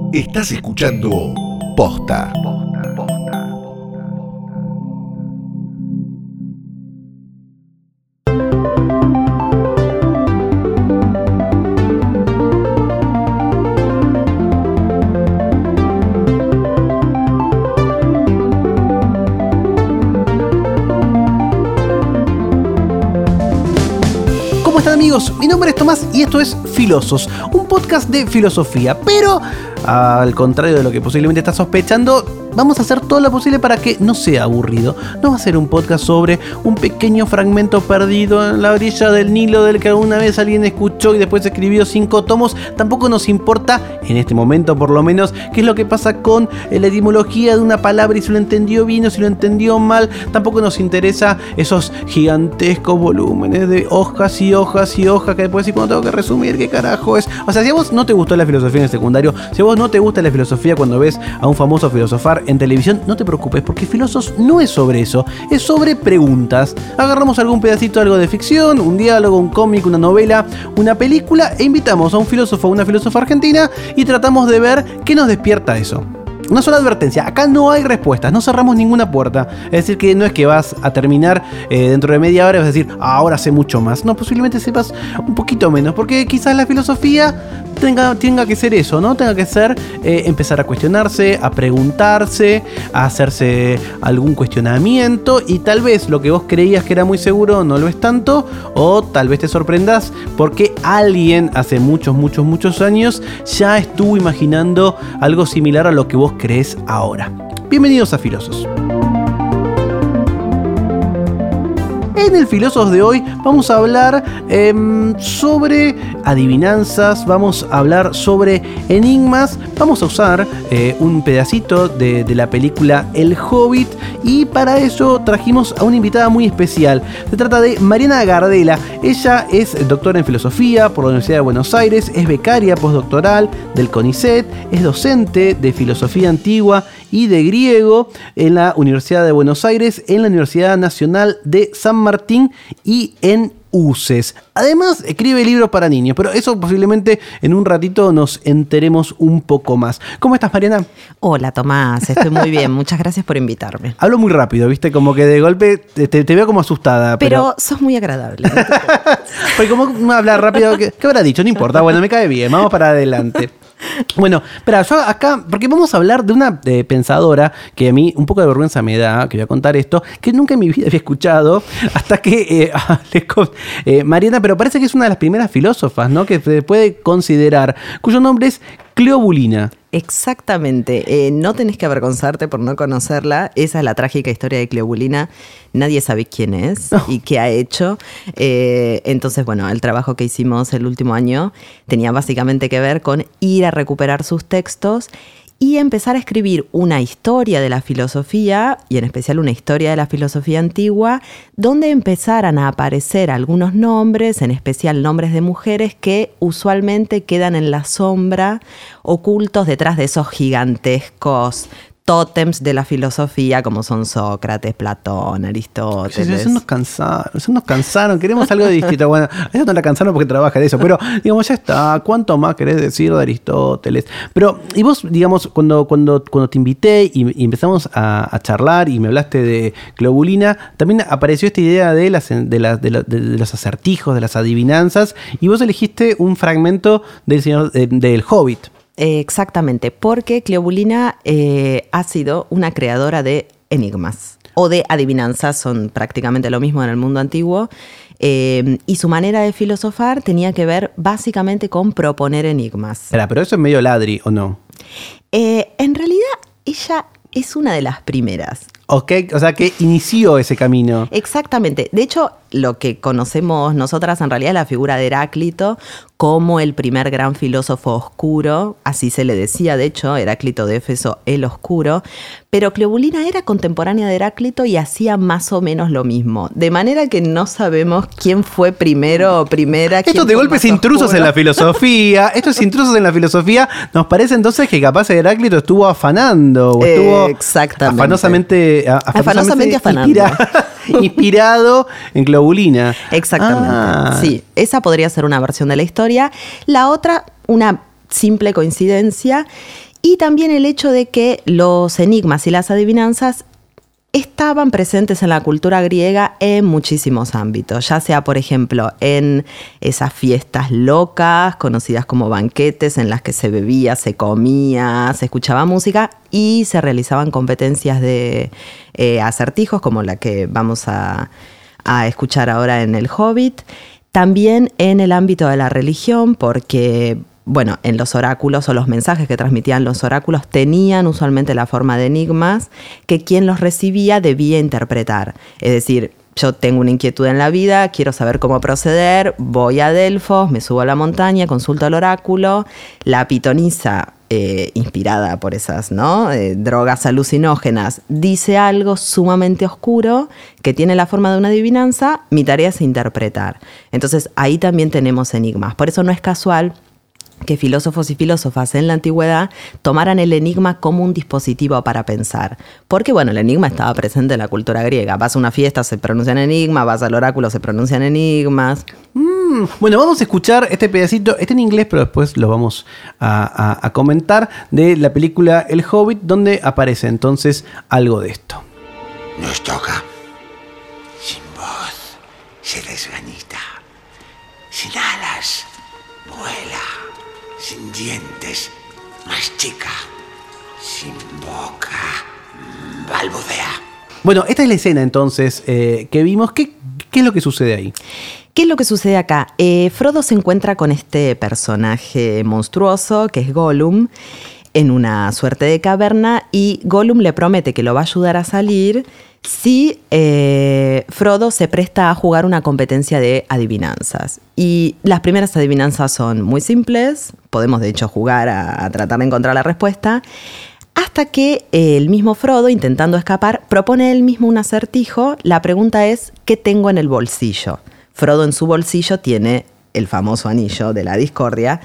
Estás escuchando Posta. ¿Cómo están, amigos? Mi nombre es Tomás y esto es Filosos, un podcast de filosofía, pero al contrario de lo que posiblemente estás sospechando, vamos a hacer todo lo posible para que no sea aburrido. No va a ser un podcast sobre un pequeño fragmento perdido en la orilla del Nilo del que alguna vez alguien escuchó y después escribió 5 tomos. Tampoco nos importa, en este momento por lo menos, qué es lo que pasa con la etimología de una palabra y si lo entendió bien o si lo entendió mal. Tampoco nos interesa esos gigantescos volúmenes de hojas y hojas y hojas que después, cuando tengo que resumir, ¿qué carajo es? O sea, si a vos no te gustó la filosofía en el secundario, si a vos no te gusta la filosofía cuando ves a un famoso filosofar en televisión, no te preocupes, porque Filosos no es sobre eso, es sobre preguntas. Agarramos algún pedacito, algo de ficción, un diálogo, un cómic, una novela, una película, e invitamos a un filósofo o una filósofa argentina y tratamos de ver qué nos despierta eso. Una sola advertencia, acá no hay respuestas, no cerramos ninguna puerta. Es decir, que no es que vas a terminar dentro de media hora y vas a decir, ahora sé mucho más. No, posiblemente sepas un poquito menos, porque quizás la filosofía tenga que ser eso, ¿no? Tenga que ser empezar a cuestionarse, a preguntarse, a hacerse algún cuestionamiento, y tal vez lo que vos creías que era muy seguro no lo es tanto, o tal vez te sorprendas porque alguien hace muchos años ya estuvo imaginando algo similar a lo que vos crees ahora. Bienvenidos a Filosos. En el Filosos de hoy vamos a hablar sobre adivinanzas, vamos a hablar sobre enigmas, vamos a usar un pedacito de la película El Hobbit, y para eso trajimos a una invitada muy especial. Se trata de Mariana Gardela. Ella es doctora en filosofía por la Universidad de Buenos Aires, es becaria postdoctoral del CONICET, es docente de filosofía antigua y de griego en la Universidad de Buenos Aires, en la Universidad Nacional de San Martín y en UCES. Además, escribe libros para niños, pero eso posiblemente en un ratito nos enteremos un poco más. ¿Cómo estás, Mariana? Hola, Tomás, estoy muy bien, muchas gracias por invitarme. Hablo muy rápido, ¿viste? Como que de golpe te veo como asustada. Pero sos muy agradable. Pues como hablar rápido, ¿qué habrá dicho? No importa, bueno, me cae bien, vamos para adelante. Bueno, espera, yo acá, porque vamos a hablar de una pensadora que a mí un poco de vergüenza me da, que voy a contar esto, que nunca en mi vida había escuchado, hasta que hablé con Mariana, pero parece que es una de las primeras filósofas, ¿no?, que se puede considerar, cuyo nombre es Cleobulina. Exactamente, no tenés que avergonzarte por no conocerla. Esa es la trágica historia de Cleobulina. Nadie sabe quién es y qué ha hecho. Entonces, bueno, el trabajo que hicimos el último año tenía básicamente que ver con ir a recuperar sus textos y empezar a escribir una historia de la filosofía, y en especial una historia de la filosofía antigua, donde empezaran a aparecer algunos nombres, en especial nombres de mujeres, que usualmente quedan en la sombra, ocultos detrás de esos gigantescos tótems de la filosofía, como son Sócrates, Platón, Aristóteles. Eso nos cansaron, queremos algo distinto. Bueno, a ellos no la cansaron porque trabaja de eso, pero digamos, ya está, ¿cuánto más querés decir de Aristóteles? Pero, y vos, digamos, cuando te invité y empezamos a charlar y me hablaste de Cleobulina, también apareció esta idea de los acertijos, de las adivinanzas, y vos elegiste un fragmento del Hobbit. Exactamente, porque Cleobulina ha sido una creadora de enigmas o de adivinanzas, son prácticamente lo mismo en el mundo antiguo, y su manera de filosofar tenía que ver básicamente con proponer enigmas. Pero eso es medio ladri, ¿o no? En realidad, ella es una de las primeras. Ok, o sea que inició ese camino. Exactamente. De hecho, lo que conocemos nosotras en realidad es la figura de Heráclito como el primer gran filósofo oscuro, así se le decía, de hecho, Heráclito de Éfeso, el oscuro, pero Cleobulina era contemporánea de Heráclito y hacía más o menos lo mismo, de manera que no sabemos quién fue primero o primera. Estos de golpes intrusos en la filosofía, estos intrusos en la filofía, nos parece entonces que capaz Heráclito estuvo afanando, o estuvo exactamente. afanosamente afanando. Inspirado en Cleobulina. Exactamente, sí, esa podría ser una versión de la historia. La otra, una simple coincidencia. Y también el hecho de que los enigmas y las adivinanzas estaban presentes en la cultura griega en muchísimos ámbitos, ya sea, por ejemplo, en esas fiestas locas, conocidas como banquetes, en las que se bebía, se comía, se escuchaba música y se realizaban competencias de acertijos, como la que vamos a escuchar ahora en El Hobbit. También en el ámbito de la religión, porque bueno, en los oráculos o los mensajes que transmitían los oráculos tenían usualmente la forma de enigmas que quien los recibía debía interpretar. Es decir, yo tengo una inquietud en la vida, quiero saber cómo proceder, voy a Delfos, me subo a la montaña, consulto el oráculo, la pitonisa, inspirada por esas, ¿no? Drogas alucinógenas, dice algo sumamente oscuro que tiene la forma de una adivinanza, mi tarea es interpretar. Entonces ahí también tenemos enigmas. Por eso no es casual que filósofos y filósofas en la antigüedad tomaran el enigma como un dispositivo para pensar. Porque, bueno, el enigma estaba presente en la cultura griega. Vas a una fiesta, se pronuncian enigmas, vas al oráculo, se pronuncian enigmas. Bueno, vamos a escuchar este pedacito, está en inglés, pero después lo vamos a comentar, de la película El Hobbit, donde aparece entonces algo de esto. Nos toca. Sin voz, se desgañita. Sin alas, vuela. Sin dientes, mastica. Sin boca, balbucea. Bueno, esta es la escena entonces que vimos. ¿Qué es lo que sucede ahí? ¿Qué es lo que sucede acá? Frodo se encuentra con este personaje monstruoso que es Gollum en una suerte de caverna y Gollum le promete que lo va a ayudar a salir si Frodo se presta a jugar una competencia de adivinanzas. Y las primeras adivinanzas son muy simples, podemos de hecho jugar a tratar de encontrar la respuesta, hasta que el mismo Frodo, intentando escapar, propone él mismo un acertijo. La pregunta es, ¿qué tengo en el bolsillo? Frodo en su bolsillo tiene el famoso anillo de la discordia.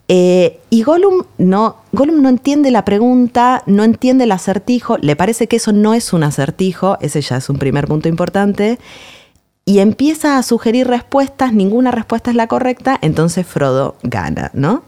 Y Gollum no entiende la pregunta, no entiende el acertijo, le parece que eso no es un acertijo, ese ya es un primer punto importante, y empieza a sugerir respuestas, ninguna respuesta es la correcta, entonces Frodo gana, ¿no?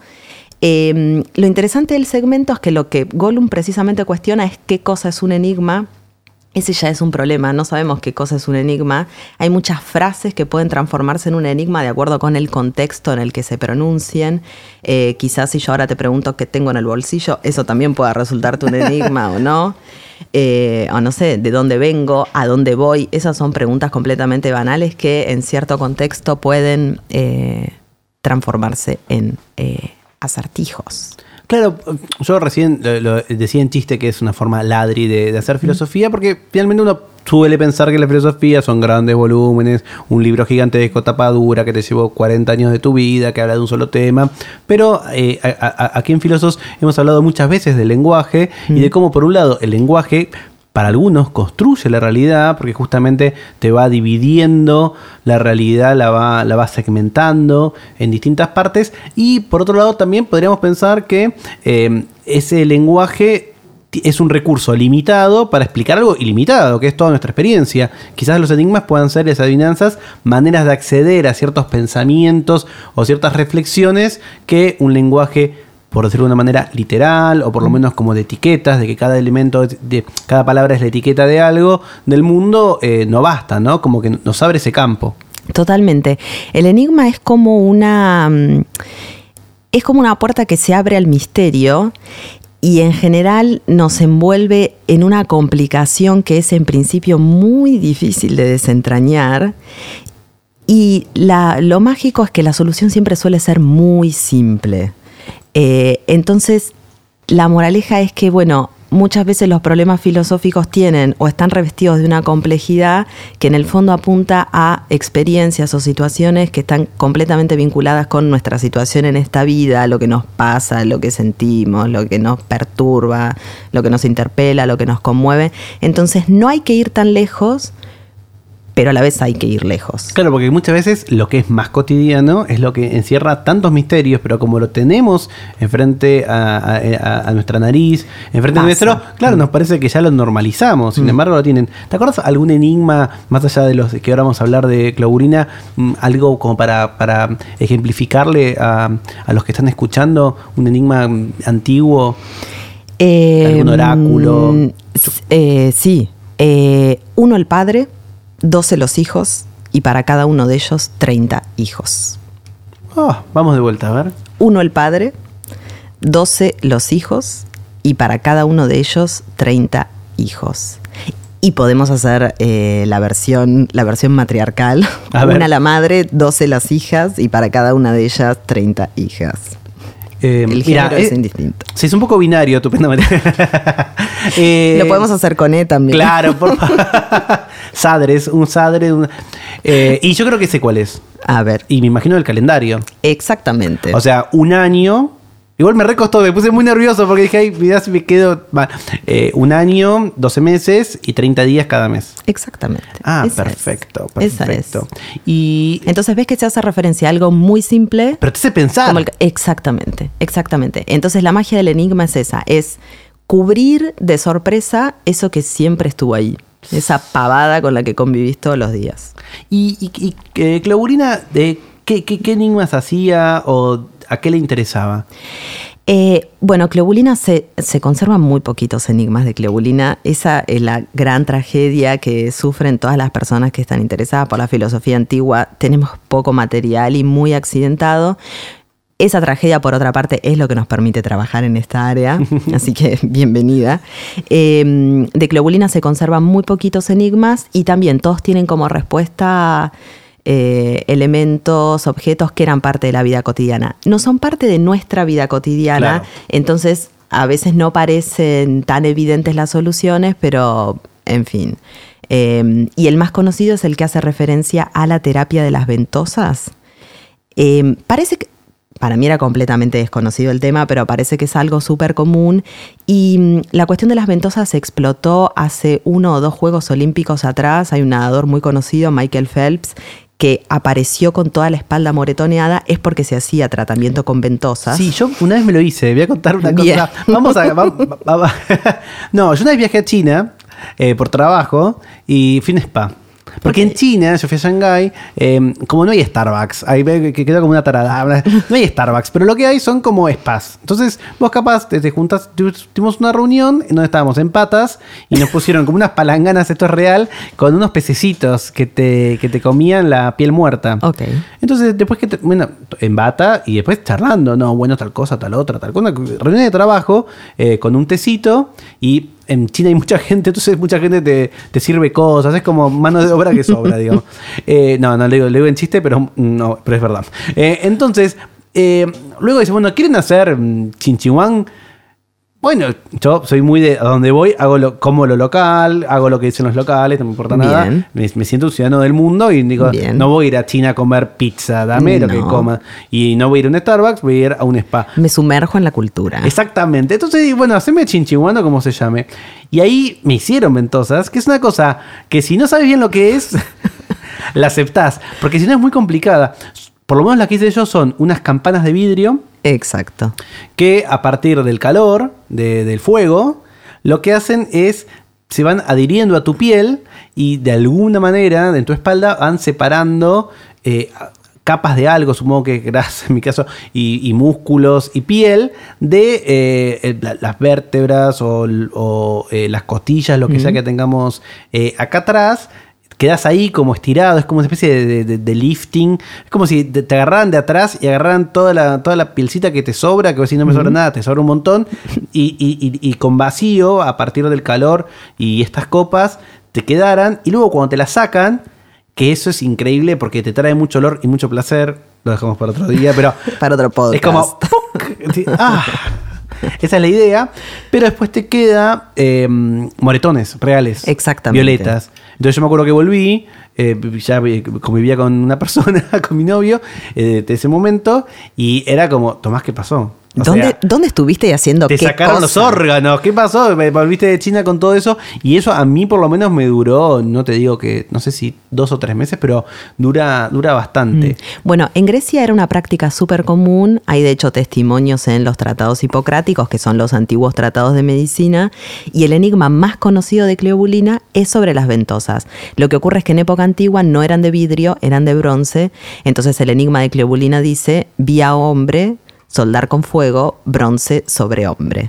Lo interesante del segmento es que lo que Gollum precisamente cuestiona es qué cosa es un enigma. Ese ya es un problema, no sabemos qué cosa es un enigma. Hay muchas frases que pueden transformarse en un enigma de acuerdo con el contexto en el que se pronuncien. Quizás si yo ahora te pregunto qué tengo en el bolsillo, eso también pueda resultarte un enigma o no. O no sé, de dónde vengo, a dónde voy. Esas son preguntas completamente banales que en cierto contexto pueden transformarse en acertijos. Claro, yo recién lo decía en chiste que es una forma ladri de hacer filosofía, porque finalmente uno suele pensar que la filosofía son grandes volúmenes, un libro gigantesco, tapa dura, que te llevó 40 años de tu vida, que habla de un solo tema. Pero aquí en Filosos hemos hablado muchas veces del lenguaje y de cómo, por un lado, el lenguaje para algunos construye la realidad, porque justamente te va dividiendo la realidad, la va segmentando en distintas partes. Y por otro lado también podríamos pensar que ese lenguaje es un recurso limitado para explicar algo ilimitado, que es toda nuestra experiencia. Quizás los enigmas puedan ser, las adivinanzas, maneras de acceder a ciertos pensamientos o ciertas reflexiones que un lenguaje, por decirlo de una manera literal, o por lo menos como de etiquetas, de que cada elemento, de cada palabra es la etiqueta de algo del mundo, no basta, ¿no? Como que nos abre ese campo. Totalmente. El enigma es como una puerta que se abre al misterio y en general nos envuelve en una complicación que es en principio muy difícil de desentrañar. Y lo mágico es que la solución siempre suele ser muy simple. Entonces, la moraleja es que, bueno, muchas veces los problemas filosóficos tienen o están revestidos de una complejidad que en el fondo apunta a experiencias o situaciones que están completamente vinculadas con nuestra situación en esta vida, lo que nos pasa, lo que sentimos, lo que nos perturba, lo que nos interpela, lo que nos conmueve. Entonces, no hay que ir tan lejos, pero a la vez hay que ir lejos. Claro, porque muchas veces lo que es más cotidiano es lo que encierra tantos misterios, pero como lo tenemos enfrente a nuestra nariz, enfrente nuestro, claro, nos parece que ya lo normalizamos. Sin embargo, lo tienen. ¿Te acuerdas algún enigma, más allá de los que ahora vamos a hablar de Clawurina, algo como para ejemplificarle a los que están escuchando, un enigma antiguo? ¿Algún oráculo? Sí. 1 el padre, 12 los hijos, y para cada uno de ellos 30 hijos. Vamos de vuelta, a ver. 1 el padre, 12 los hijos, y para cada uno de ellos 30 hijos. Y podemos hacer la versión matriarcal. A ver. 1 la madre, 12 las hijas, y para cada una de ellas 30 hijas. El género es indistinto. Sí, es un poco binario, estupendamente. Lo podemos hacer con E también. Claro, por Sadres, un sadre. Y yo creo que sé cuál es. A ver. Y me imagino el calendario. Exactamente. O sea, un año. Igual me recostó, me puse muy nervioso porque dije, ay, mirá si me quedo. Un año, 12 meses y 30 días cada mes. Exactamente. Perfecto. Esa es. Y entonces ves que se hace referencia a algo muy simple. pero te hace pensar. Exactamente. Entonces la magia del enigma es esa, es cubrir de sorpresa eso que siempre estuvo ahí. Esa pavada con la que convivís todos los días. Y Cleobulina, ¿qué enigmas hacía o a qué le interesaba? Bueno, Cleobulina se conservan muy poquitos enigmas de Cleobulina. Esa es la gran tragedia que sufren todas las personas que están interesadas por la filosofía antigua. Tenemos poco material y muy accidentado. Esa tragedia, por otra parte, es lo que nos permite trabajar en esta área, así que bienvenida. De Cleobulina se conservan muy poquitos enigmas y también todos tienen como respuesta elementos, objetos que eran parte de la vida cotidiana. No son parte de nuestra vida cotidiana, claro. Entonces a veces no parecen tan evidentes las soluciones, pero en fin. Y el más conocido es el que hace referencia a la terapia de las ventosas. Parece que para mí era completamente desconocido el tema, pero parece que es algo súper común. Y la cuestión de las ventosas se explotó hace 1 o 2 Juegos Olímpicos atrás. Hay un nadador muy conocido, Michael Phelps, que apareció con toda la espalda moretoneada. Es porque se hacía tratamiento con ventosas. Sí, yo una vez me lo hice. Voy a contar una cosa. No, yo una vez viajé a China por trabajo y fui a un spa. Porque en China, yo fui a Shanghái, como no hay Starbucks, ahí que queda como una tarada, no hay Starbucks, pero lo que hay son como spas. Entonces, vos capaz te juntas, tuvimos una reunión en donde estábamos en patas y nos pusieron como unas palanganas, esto es real, con unos pececitos que te comían la piel muerta. Ok. Entonces, después en bata y después charlando, no, bueno, tal cosa, tal otra, tal cosa. Reunión de trabajo con un tecito y en China hay mucha gente, entonces mucha gente te sirve cosas, es como mano de obra que sobra, digamos. No, le digo en chiste, pero es verdad. Entonces, luego dice, bueno, ¿quieren hacer chinchihuán? Bueno, yo soy muy de a donde voy, como lo local, hago lo que dicen los locales, no me importa nada. Me siento un ciudadano del mundo y digo, no voy a ir a China a comer pizza, dame lo que coma. Y no voy a ir a un Starbucks, voy a ir a un spa. Me sumerjo en la cultura. Exactamente. Entonces, bueno, haceme chinchihuano, como se llame. Y ahí me hicieron ventosas, que es una cosa que si no sabes bien lo que es, la aceptás. Porque si no es muy complicada. Por lo menos las que hice yo son unas campanas de vidrio. Exacto. Que a partir del calor, del fuego, lo que hacen es se van adhiriendo a tu piel y de alguna manera en tu espalda van separando capas de algo, supongo que grasa en mi caso, y músculos y piel de las vértebras o las costillas, lo que sea que tengamos acá atrás. Quedas ahí como estirado, es como una especie de lifting. Es como si te agarraran de atrás y agarraran toda la pielcita que te sobra, que vos decís no me sobra nada, te sobra un montón. Y con vacío, a partir del calor y estas copas, te quedaran. Y luego cuando te las sacan, que eso es increíble porque te trae mucho olor y mucho placer. Lo dejamos para otro día, pero para otro podcast. Es como... Esa es la idea. Pero después te queda moretones reales. Exactamente. Violetas. Entonces yo me acuerdo que volví, ya convivía con una persona, con mi novio, de ese momento, y era como, Tomás, ¿qué pasó? ¿Dónde estuviste haciendo qué cosa? Te sacaron los órganos, ¿qué pasó? Me volviste de China con todo eso, y eso a mí por lo menos me duró, no te digo que, no sé si 2 o 3 meses, pero dura bastante. Bueno, en Grecia era una práctica súper común, hay de hecho testimonios en los tratados hipocráticos, que son los antiguos tratados de medicina, y el enigma más conocido de Cleobulina es sobre las ventosas. Lo que ocurre es que en época antigua no eran de vidrio, eran de bronce, entonces el enigma de Cleobulina dice, vi a hombre soldar con fuego bronce sobre hombre.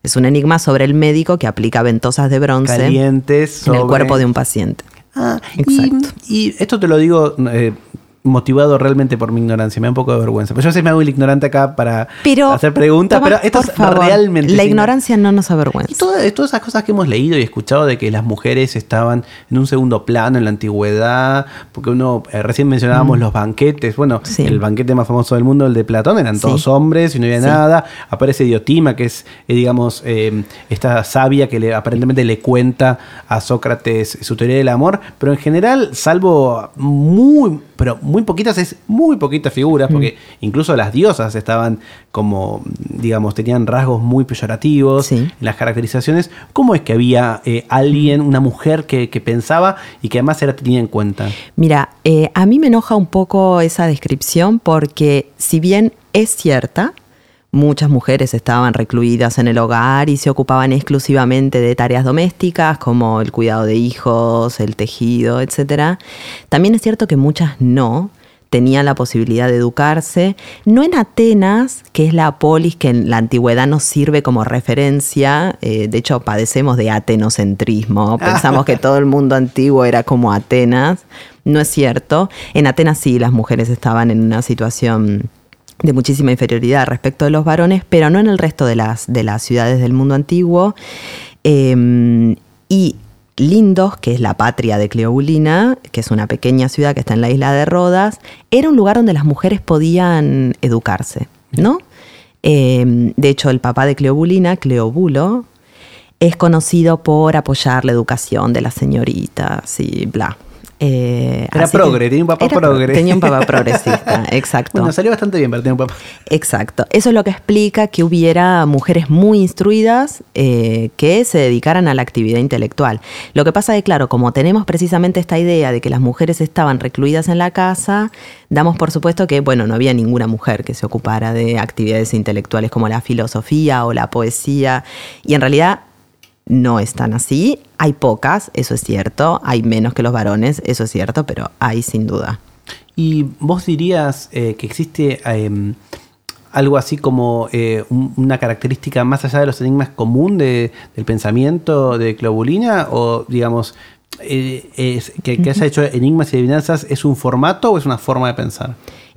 Es un enigma sobre el médico que aplica ventosas de bronce Calientes en el cuerpo de un paciente. Exacto. Y esto te lo digo motivado realmente por mi ignorancia. Me da un poco de vergüenza. Pero yo sé que me hago el ignorante acá para hacer preguntas, Tomás, pero esto por es favor, realmente... la ignorancia no nos avergüenza. Y todas esas cosas que hemos leído y escuchado de que las mujeres estaban en un segundo plano en la antigüedad, porque recién mencionábamos los banquetes. Bueno, Sí. el banquete más famoso del mundo, el de Platón, eran todos hombres y no había nada. Aparece Diotima, que es, esta sabia que aparentemente le cuenta a Sócrates su teoría del amor, pero en general, salvo muy poquitas figuras, porque incluso las diosas estaban como, digamos, tenían rasgos muy peyorativos en las caracterizaciones. ¿Cómo es que había alguien, una mujer que pensaba y que además era tenida en cuenta? Mira, a mí me enoja un poco esa descripción porque si bien es cierta, muchas mujeres estaban recluidas en el hogar y se ocupaban exclusivamente de tareas domésticas como el cuidado de hijos, el tejido, etc. También es cierto que muchas no tenían la posibilidad de educarse. No en Atenas, que es la polis que en la antigüedad nos sirve como referencia. De hecho, padecemos de atenocentrismo. Pensamos que todo el mundo antiguo era como Atenas. No es cierto. En Atenas sí, las mujeres estaban en una situación de muchísima inferioridad respecto de los varones, pero no en el resto de las ciudades del mundo antiguo. Y Lindos, que es la patria de Cleobulina, que es una pequeña ciudad que está en la isla de Rodas, era un lugar donde las mujeres podían educarse, ¿no? De hecho, el papá de Cleobulina, Cleobulo, es conocido por apoyar la educación de las señoritas y bla. Era progre, tenía un papá progre. Tenía un papá progresista, exacto. Bueno, salió bastante bien, pero tenía un papá. Exacto. Eso es lo que explica que hubiera mujeres muy instruidas que se dedicaran a la actividad intelectual. Lo que pasa es que, claro, como tenemos precisamente esta idea de que las mujeres estaban recluidas en la casa, damos por supuesto que, bueno, no había ninguna mujer que se ocupara de actividades intelectuales como la filosofía o la poesía. Y en realidad no es tan así. Hay pocas, eso es cierto. Hay menos que los varones, eso es cierto, pero hay sin duda. ¿Y vos dirías que existe algo así como una característica más allá de los enigmas común del pensamiento de Cleobulina? O, digamos, que haya hecho enigmas y adivinanzas, ¿es un formato o es una forma de pensar?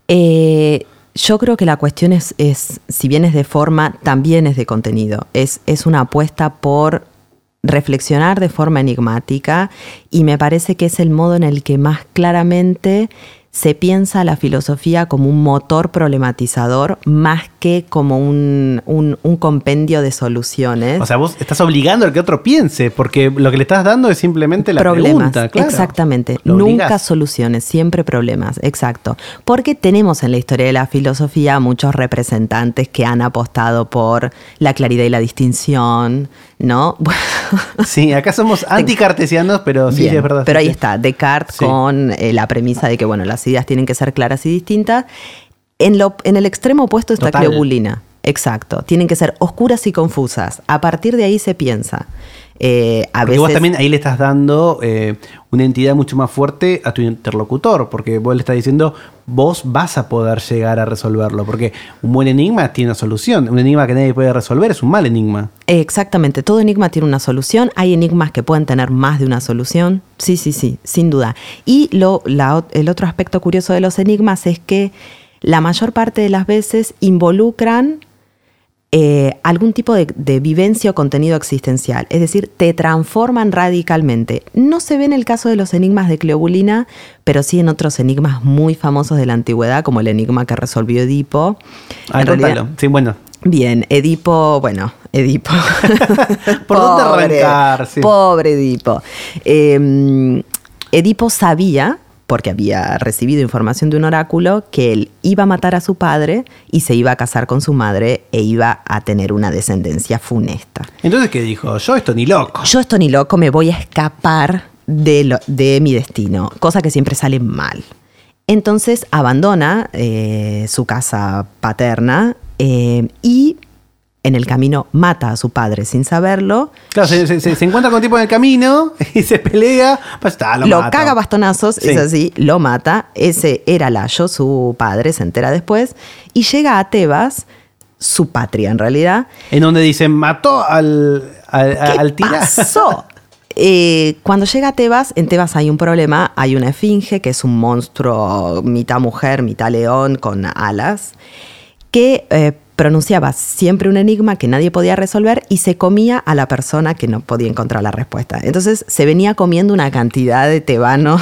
Yo creo que la cuestión es, si bien es de forma, también es de contenido. Es una apuesta por reflexionar de forma enigmática, y me parece que es el modo en el que más claramente se piensa la filosofía como un motor problematizador más que como un compendio de soluciones. O sea, vos estás obligando al que otro piense, porque lo que le estás dando es simplemente la pregunta. Claro. Exactamente. Nunca soluciones, siempre problemas. Exacto. Porque tenemos en la historia de la filosofía muchos representantes que han apostado por la claridad y la distinción, ¿no? Sí, acá somos anticartesianos, pero sí, bien, es verdad. Pero ahí está, Descartes con la premisa de que, bueno, las ideas tienen que ser claras y distintas. En el extremo opuesto está Cleobulina. Exacto. Tienen que ser oscuras y confusas. A partir de ahí se piensa. Porque vos también ahí le estás dando una entidad mucho más fuerte a tu interlocutor, porque vos le estás diciendo, vos vas a poder llegar a resolverlo, porque un buen enigma tiene una solución. Un enigma que nadie puede resolver es un mal enigma. Exactamente, todo enigma tiene una solución. Hay enigmas que pueden tener más de una solución. Sí, sin duda. Y el otro aspecto curioso de los enigmas es que la mayor parte de las veces involucran algún tipo de vivencia o contenido existencial. Es decir, te transforman radicalmente. No se ve en el caso de los enigmas de Cleobulina, pero sí en otros enigmas muy famosos de la antigüedad, como el enigma que resolvió Edipo. Sí, bueno. Bien, Edipo. ¿Por dónde arrancar? Sí. Pobre Edipo. Edipo sabía, porque había recibido información de un oráculo, que él iba a matar a su padre y se iba a casar con su madre e iba a tener una descendencia funesta. Entonces, ¿qué dijo? Yo esto ni loco. Me voy a escapar de mi destino, cosa que siempre sale mal. Entonces abandona su casa paterna y en el camino mata a su padre sin saberlo. Claro, se encuentra con un tipo en el camino y se pelea. Pues lo mata. Caga bastonazos, sí. Es así, lo mata. Ese era Layo, su padre, se entera después. Y llega a Tebas su patria en realidad. En donde dicen, mató al ¿Qué tirano. pasó? Cuando llega a Tebas, en Tebas hay un problema, hay una esfinge que es un monstruo mitad mujer, mitad león con alas, que pronunciaba siempre un enigma que nadie podía resolver y se comía a la persona que no podía encontrar la respuesta. Entonces se venía comiendo una cantidad de tebanos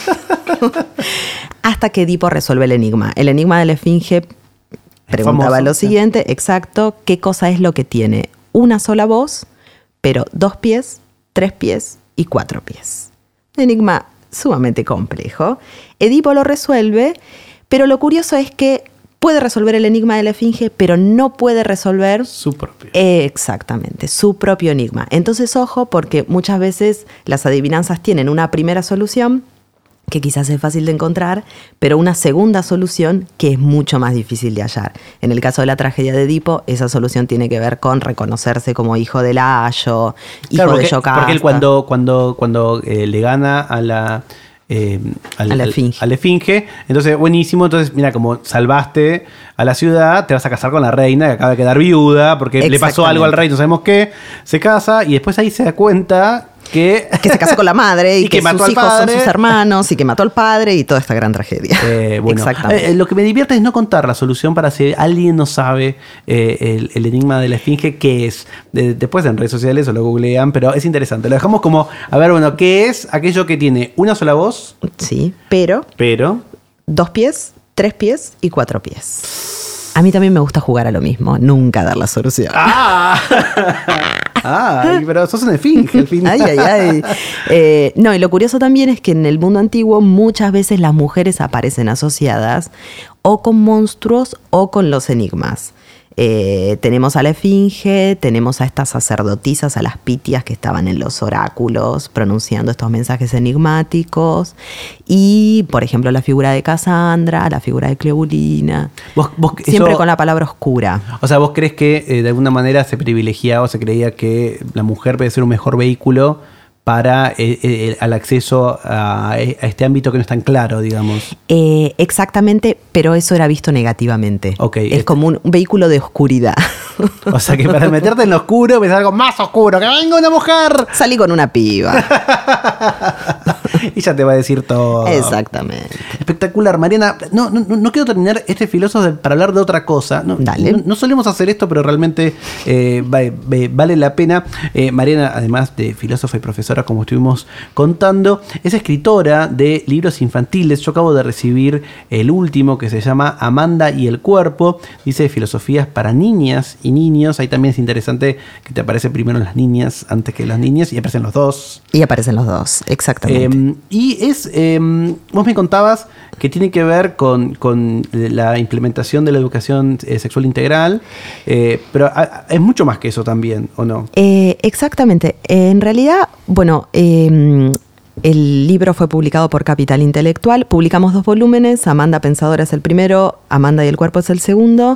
hasta que Edipo resuelve el enigma. El enigma de la esfinge preguntaba famoso, lo siguiente, exacto, ¿qué cosa es lo que tiene una sola voz, pero 2 pies, 3 pies y 4 pies? Un enigma sumamente complejo. Edipo lo resuelve, pero lo curioso es que puede resolver el enigma de la esfinge, pero no puede resolver Su propio. exactamente su propio enigma. Entonces, ojo, porque muchas veces las adivinanzas tienen una primera solución que quizás es fácil de encontrar, pero una segunda solución que es mucho más difícil de hallar. En el caso de la tragedia de Edipo, esa solución tiene que ver con reconocerse como hijo de Layo, hijo de Yocasta. Porque él cuando le gana a la esfinge, entonces buenísimo, entonces mira, como salvaste a la ciudad, te vas a casar con la reina que acaba de quedar viuda porque le pasó algo al rey, no sabemos qué, se casa y después ahí se da cuenta que se casó con la madre y que mató sus al hijos padre. son sus hermanos y que mató al padre y toda esta gran tragedia. Bueno, exactamente. lo que me divierte es no contar la solución para si alguien no sabe el enigma de la esfinge, qué es. Después en redes sociales o lo googlean, pero es interesante. Lo dejamos como, a ver, bueno, ¿qué es aquello que tiene una sola voz? Sí, pero 2 pies, 3 pies y 4 pies. A mí también me gusta jugar a lo mismo, nunca dar la solución. Pero sos una esfinge al final. No, y lo curioso también es que en el mundo antiguo muchas veces las mujeres aparecen asociadas o con monstruos o con los enigmas. Tenemos a la esfinge, tenemos a estas sacerdotisas, a las pitias que estaban en los oráculos pronunciando estos mensajes enigmáticos, y por ejemplo la figura de Casandra, la figura de Cleobulina, siempre con la palabra oscura. O sea, ¿vos crees que de alguna manera se privilegiaba o se creía que la mujer puede ser un mejor vehículo para el acceso a este ámbito que no es tan claro, digamos? Exactamente, pero eso era visto negativamente. Es como un vehículo de oscuridad. O sea que para meterte en lo oscuro, ves algo más oscuro, ¡que venga una mujer! Salí con una piba. Y ya te va a decir todo. Exactamente. Espectacular, Mariana. No quiero terminar este filósofo para hablar de otra cosa. Dale. No solemos hacer esto, pero realmente vale la pena. Mariana, además de filósofa y profesora, como estuvimos contando, es escritora de libros infantiles. Yo acabo de recibir el último, que se llama Amanda y el cuerpo. Dice filosofías para niñas y niños. Ahí también es interesante que te aparecen primero las niñas antes que los niños, y aparecen los dos. Exactamente. Vos me contabas que tiene que ver con la implementación de la educación sexual integral, pero es mucho más que eso también, ¿o no? Exactamente. En realidad, bueno, el libro fue publicado por Capital Intelectual. Publicamos 2 volúmenes. Amanda Pensadora es el primero, Amanda y el cuerpo es el segundo.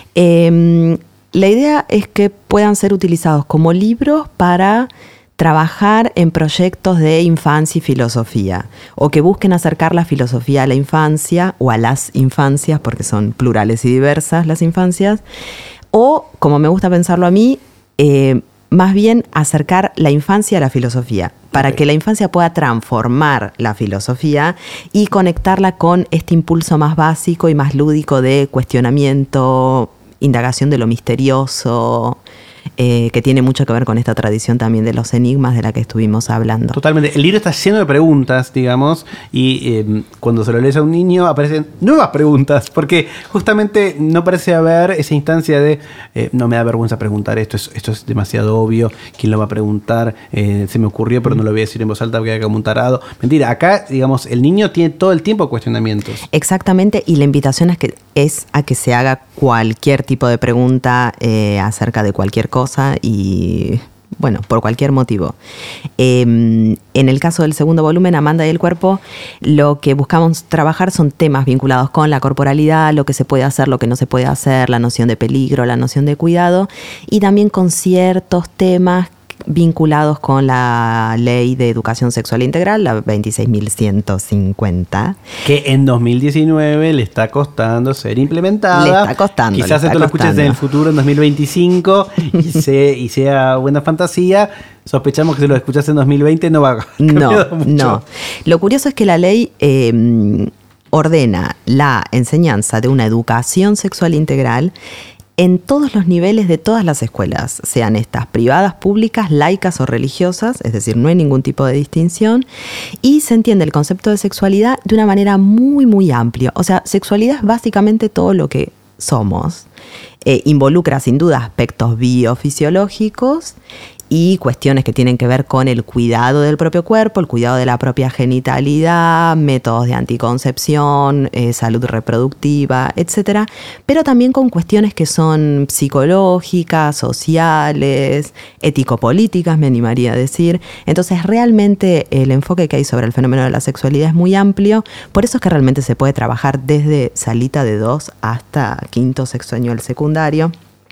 La idea es que puedan ser utilizados como libros para trabajar en proyectos de infancia y filosofía, o que busquen acercar la filosofía a la infancia o a las infancias, porque son plurales y diversas las infancias, o, como me gusta pensarlo a mí, más bien acercar la infancia a la filosofía, para que la infancia pueda transformar la filosofía y conectarla con este impulso más básico y más lúdico de cuestionamiento, indagación de lo misterioso, que tiene mucho que ver con esta tradición también de los enigmas de la que estuvimos hablando. Totalmente. El libro está lleno de preguntas, digamos, y cuando se lo lees a un niño aparecen nuevas preguntas, porque justamente no parece haber esa instancia de no me da vergüenza preguntar esto es demasiado obvio, ¿quién lo va a preguntar? Se me ocurrió, pero no lo voy a decir en voz alta porque queda como un tarado. Mentira, acá, digamos, el niño tiene todo el tiempo cuestionamientos. Exactamente, y la invitación es a que se haga cualquier tipo de pregunta acerca de cualquier cosa y, bueno, por cualquier motivo. En el caso del segundo volumen, Amanda y el cuerpo, lo que buscamos trabajar son temas vinculados con la corporalidad, lo que se puede hacer, lo que no se puede hacer, la noción de peligro, la noción de cuidado, y también con ciertos temas vinculados con la Ley de Educación Sexual Integral, la 26.150. Que en 2019 le está costando ser implementada. Le está costando. Quizás esto lo escuches en el futuro, en 2025, y sea buena fantasía. Sospechamos que si lo escuchas en 2020 no va a cambiar mucho. No. Lo curioso es que la ley ordena la enseñanza de una educación sexual integral en todos los niveles de todas las escuelas, sean estas privadas, públicas, laicas o religiosas, es decir, no hay ningún tipo de distinción, y se entiende el concepto de sexualidad de una manera muy, muy amplia. O sea, sexualidad es básicamente todo lo que somos. Involucra sin duda aspectos biofisiológicos y cuestiones que tienen que ver con el cuidado del propio cuerpo, el cuidado de la propia genitalidad, métodos de anticoncepción, salud reproductiva, etcétera, pero también con cuestiones que son psicológicas, sociales, ético-políticas, me animaría a decir. Entonces, realmente el enfoque que hay sobre el fenómeno de la sexualidad es muy amplio, por eso es que realmente se puede trabajar desde salita de 2 hasta quinto, sexto año del secundario.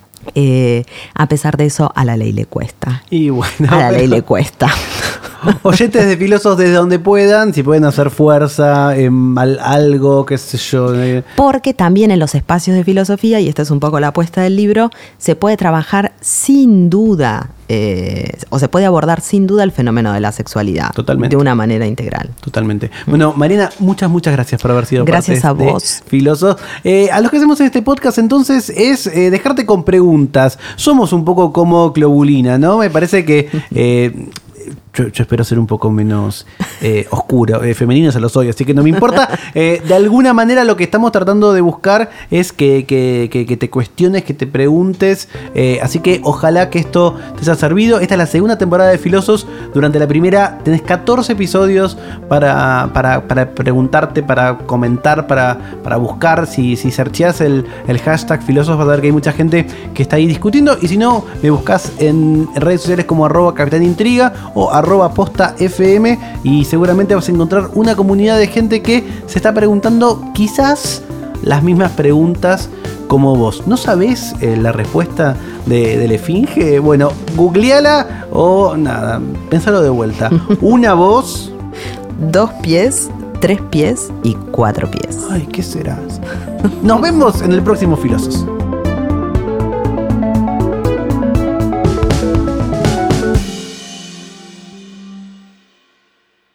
A pesar de eso, a la ley le cuesta. Y bueno, a la ley le cuesta. Oyentes de Filosos desde donde puedan, si pueden hacer fuerza en algo, qué sé yo. Porque también en los espacios de filosofía, y esta es un poco la apuesta del libro, se puede trabajar sin duda, o se puede abordar sin duda el fenómeno de la sexualidad. Totalmente. De una manera integral. Totalmente. Bueno, Mariana, muchas gracias por haber sido gracias parte a vos. de Filosos. A lo que hacemos en este podcast entonces es dejarte con preguntas. Somos un poco como Globulina, ¿no? Me parece que... Yo espero ser un poco menos oscuro. Femenino se lo soy, así que no me importa. De alguna manera lo que estamos tratando de buscar es que te cuestiones, que te preguntes. Así que ojalá que esto te haya servido. Esta es la segunda temporada de Filosos. Durante la primera tenés 14 episodios para preguntarte, para comentar, para buscar. Si searcheás el hashtag Filosos vas a ver que hay mucha gente que está ahí discutiendo. Y si no, me buscás en redes sociales como @capitanintriga o @postafm y seguramente vas a encontrar una comunidad de gente que se está preguntando quizás las mismas preguntas como vos. ¿No sabés la respuesta de la esfinge? Bueno, googleala o nada, pensalo de vuelta. Una voz, 2 pies, 3 pies y 4 pies. Ay, ¿qué serás? Nos vemos en el próximo Filosos.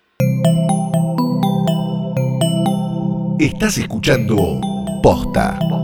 Estás escuchando Posta.